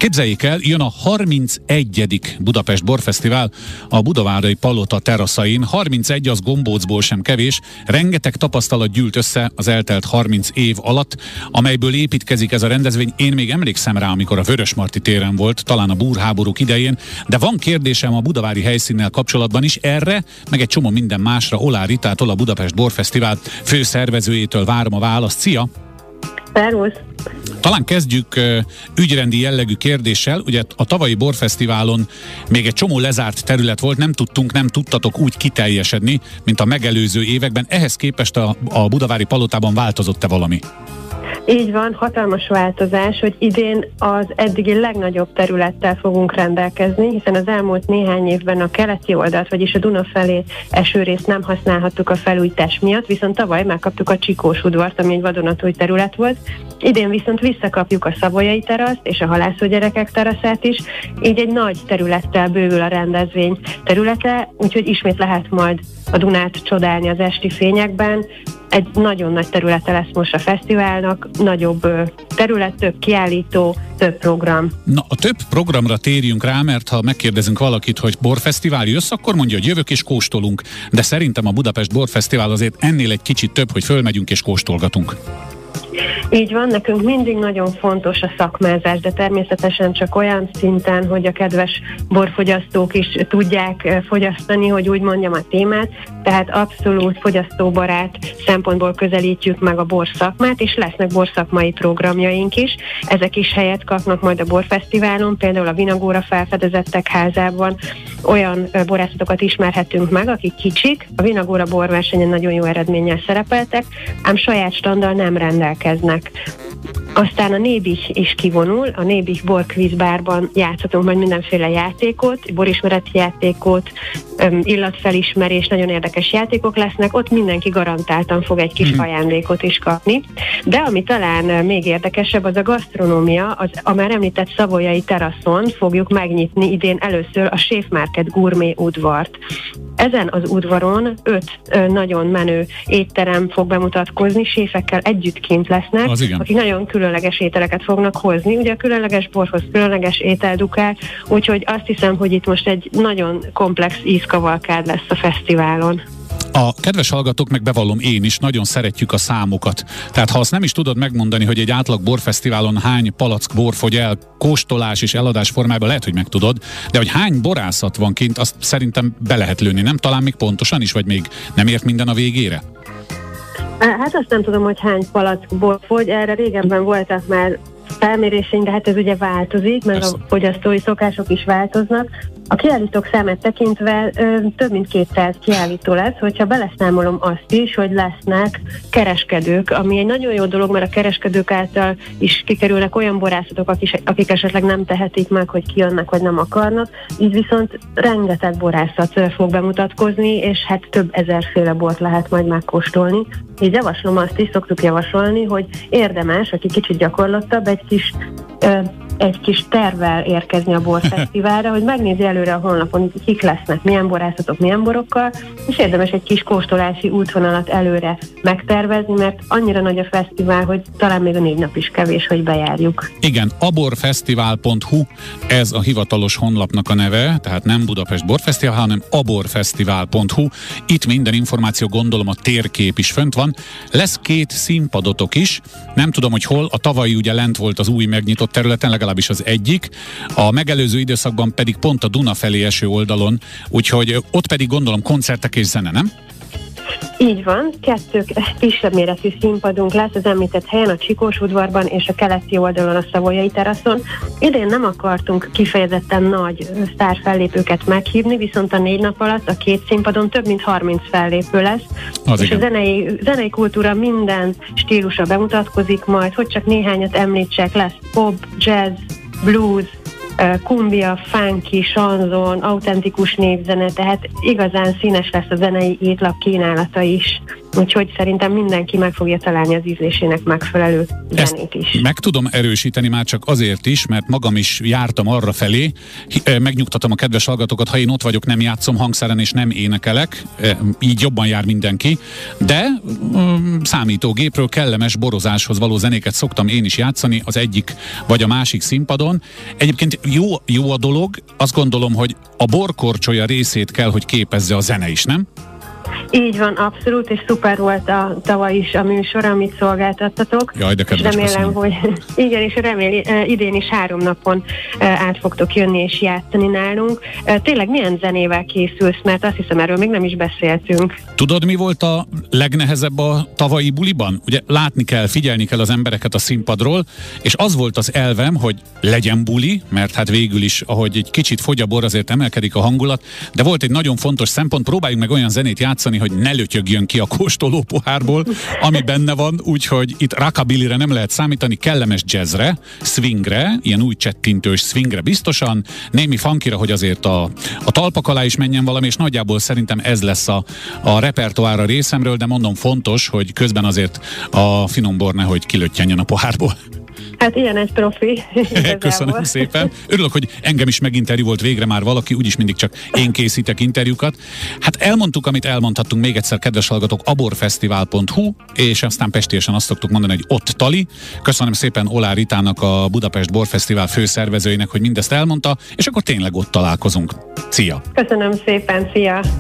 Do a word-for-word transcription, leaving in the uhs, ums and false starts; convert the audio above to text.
Képzeljék el, jön a harmincegyedik Budapest Borfesztivál a Budavári Palota teraszain. harmincegy az gombócból sem kevés, rengeteg tapasztalat gyűlt össze az eltelt harminc év alatt, amelyből építkezik ez a rendezvény. Én még emlékszem rá, amikor a Vörösmarty téren volt, talán a búrháborúk idején, de van kérdésem a budavári helyszínnel kapcsolatban is. Erre, meg egy csomó minden másra Oláh Ritától, a Budapest Borfesztivál főszervezőjétől várom a választ. Szia! Szervusz! Talán kezdjük uh, ügyrendi jellegű kérdéssel. Ugye a tavalyi Borfesztiválon még egy csomó lezárt terület volt, nem tudtunk, nem tudtatok úgy kiteljesedni, mint a megelőző években. Ehhez képest a, a Budavári Palotában változott-e valami? Így van, hatalmas változás, hogy idén az eddigi legnagyobb területtel fogunk rendelkezni, hiszen az elmúlt néhány évben a keleti oldalt, vagyis a Duna felé esőrészt nem használhattuk a felújítás miatt, viszont tavaly megkaptuk a Csikós udvart, ami egy vadonatúj terület volt. Idén viszont visszakapjuk a Savoyai teraszt és a Halászógyerekek teraszát is, így egy nagy területtel bővül a rendezvény területe, úgyhogy ismét lehet majd a Dunát csodálni az esti fényekben. Egy nagyon nagy területe lesz most a fesztiválnak, nagyobb terület, több kiállító, több program. Na, a több programra térjünk rá, mert ha megkérdezünk valakit, hogy Borfesztivál jössz, akkor mondja, hogy jövök és kóstolunk. De szerintem a Budapest Borfesztivál azért ennél egy kicsit több, hogy fölmegyünk és kóstolgatunk. Így van, nekünk mindig nagyon fontos a szakmázás, de természetesen csak olyan szinten, hogy a kedves borfogyasztók is tudják fogyasztani, hogy úgy mondjam a témát, tehát abszolút fogyasztóbarát szempontból közelítjük meg a borszakmát, és lesznek borszakmai programjaink is. Ezek is helyet kapnak majd a Borfesztiválon, például a Vinagóra felfedezettek házában olyan borászatokat ismerhetünk meg, akik kicsik, a Vinagóra borversenyen nagyon jó eredménnyel szerepeltek, ám saját standal nem rendelkeznek. Aztán a Nébih is kivonul, a Nébih borkvízbárban játszhatunk majd mindenféle játékot, borismereti játékot, illatfelismerés, nagyon érdekes játékok lesznek, ott mindenki garantáltan fog egy kis mm. ajándékot is kapni. De ami talán még érdekesebb, az a gasztronómia, az a már említett Savoyai teraszon fogjuk megnyitni idén először a Chef Market Gourmet udvart. Ezen az udvaron öt ö, nagyon menő étterem fog bemutatkozni, séfekkel együtt kint lesznek, akik nagyon különleges ételeket fognak hozni. Ugye a különleges borhoz különleges étel dukál, úgyhogy azt hiszem, hogy itt most egy nagyon komplex ízkavalkád lesz a fesztiválon. A kedves hallgatók, meg bevallom én is, nagyon szeretjük a számokat. Tehát ha azt nem is tudod megmondani, hogy egy átlag borfesztiválon hány palack bor fogy el kóstolás és eladás formában, lehet, hogy megtudod, de hogy hány borászat van kint, azt szerintem be lehet lőni, nem? Talán még pontosan is, vagy még nem ért minden a végére? Hát azt nem tudom, hogy hány palack bor fogy, erre régebben voltak már felméréseink, de hát ez ugye változik, mert Persze. a fogyasztói szokások is változnak. A kiállítók számát tekintve ö, több mint kétszáz kiállító lesz, hogyha beleszámolom azt is, hogy lesznek kereskedők, ami egy nagyon jó dolog, mert a kereskedők által is kikerülnek olyan borászatok, akik, akik esetleg nem tehetik meg, hogy kijönnek, vagy nem akarnak, így viszont rengeteg borászat fog bemutatkozni, és hát több ezerféle bort lehet majd megkóstolni. Így javaslom azt is, szoktuk javasolni, hogy érdemes, aki kicsit gyakorlottabb, egy kis ö, egy kis tervvel érkezni a borfesztiválra, hogy megnézi előre a honlapon, kik lesznek, milyen borászatok, milyen borokkal, és érdemes egy kis kóstolási útvonalat előre megtervezni, mert annyira nagy a fesztivál, hogy talán még a négy nap is kevés, hogy bejárjuk. Igen, aborfesztivál pont hu, ez a hivatalos honlapnak a neve, tehát nem Budapest Borfesztivál, hanem aborfesztivál pont hu. Itt minden információ, gondolom a térkép is fönt van. Lesz két színpadotok is, nem tudom, hogy hol, a tavalyi ugye lent volt az új megnyitott területen, legalábbis az egyik, a megelőző időszakban pedig pont a Duna felé eső oldalon, úgyhogy ott pedig gondolom koncertek és zene, nem? Így van, kettő kisebb méretű színpadunk lesz az említett helyen, a Csikós udvarban és a keleti oldalon, a Savoyai teraszon. Idén nem akartunk kifejezetten nagy sztárfellépőket meghívni, viszont a négy nap alatt a két színpadon több mint harminc fellépő lesz, az és igen. a zenei, zenei kultúra minden stílusa bemutatkozik majd, hogy csak néhányat említsek, lesz pop, jazz, blues, kumbia, funky, sanzon, autentikus népzene, tehát igazán színes lesz a zenei étlap kínálata is. úgyhogy szerintem mindenki meg fogja találni az ízlésének megfelelő zenét is. Ezt meg tudom erősíteni már csak azért is, mert magam is jártam arra felé, megnyugtatom a kedves hallgatókat, ha én ott vagyok, nem játszom hangszeren és nem énekelek, így jobban jár mindenki, de um, számítógépről kellemes borozáshoz való zenéket szoktam én is játszani az egyik vagy a másik színpadon. Egyébként jó, jó a dolog, azt gondolom, hogy a borkorcsolya részét kell, hogy képezze a zene is, nem? Így van, abszolút, és szuper volt a tavaly is a műsor, amit szolgáltattatok. Jaj, de kedves, remélem, köszönöm. hogy igen, és reméli, idén is három napon át fogtok jönni és játszani nálunk. Tényleg milyen zenével készülsz, mert azt hiszem, erről még nem is beszéltünk. Tudod, mi volt a legnehezebb a tavalyi buliban? Ugye látni kell, figyelni kell az embereket a színpadról, és az volt az elvem, hogy legyen buli, mert hát végül is, ahogy egy kicsit fogy a bor, azért emelkedik a hangulat, de volt egy nagyon fontos szempont, próbáljunk meg olyan zenét játszani, hogy ne lötyögjön ki a kóstoló pohárból, ami benne van, úgyhogy itt rockabillyre nem lehet számítani, kellemes jazzre, swingre, ilyen új csettintős swingre biztosan, némi funkira, hogy azért a, a talpak alá is menjen valami, és nagyjából szerintem ez lesz a, a repertoára részemről, de mondom, fontos, hogy közben azért a finom bor nehogy kilöttyenjen a pohárból. Hát ilyen egy profi. Köszönöm szépen. Örülök, hogy engem is meginterjú volt végre már valaki, úgyis mindig csak én készítek interjúkat. Hát elmondtuk, amit elmondhattunk még egyszer, kedves hallgatók, aborfesztivál pont hu, és aztán pestésen azt szoktuk mondani, hogy ott tali. Köszönöm szépen Oláh Ritának, a Budapest Borfesztivál főszervezőjének, hogy mindezt elmondta, és akkor tényleg ott találkozunk. Szia! Köszönöm szépen, szia!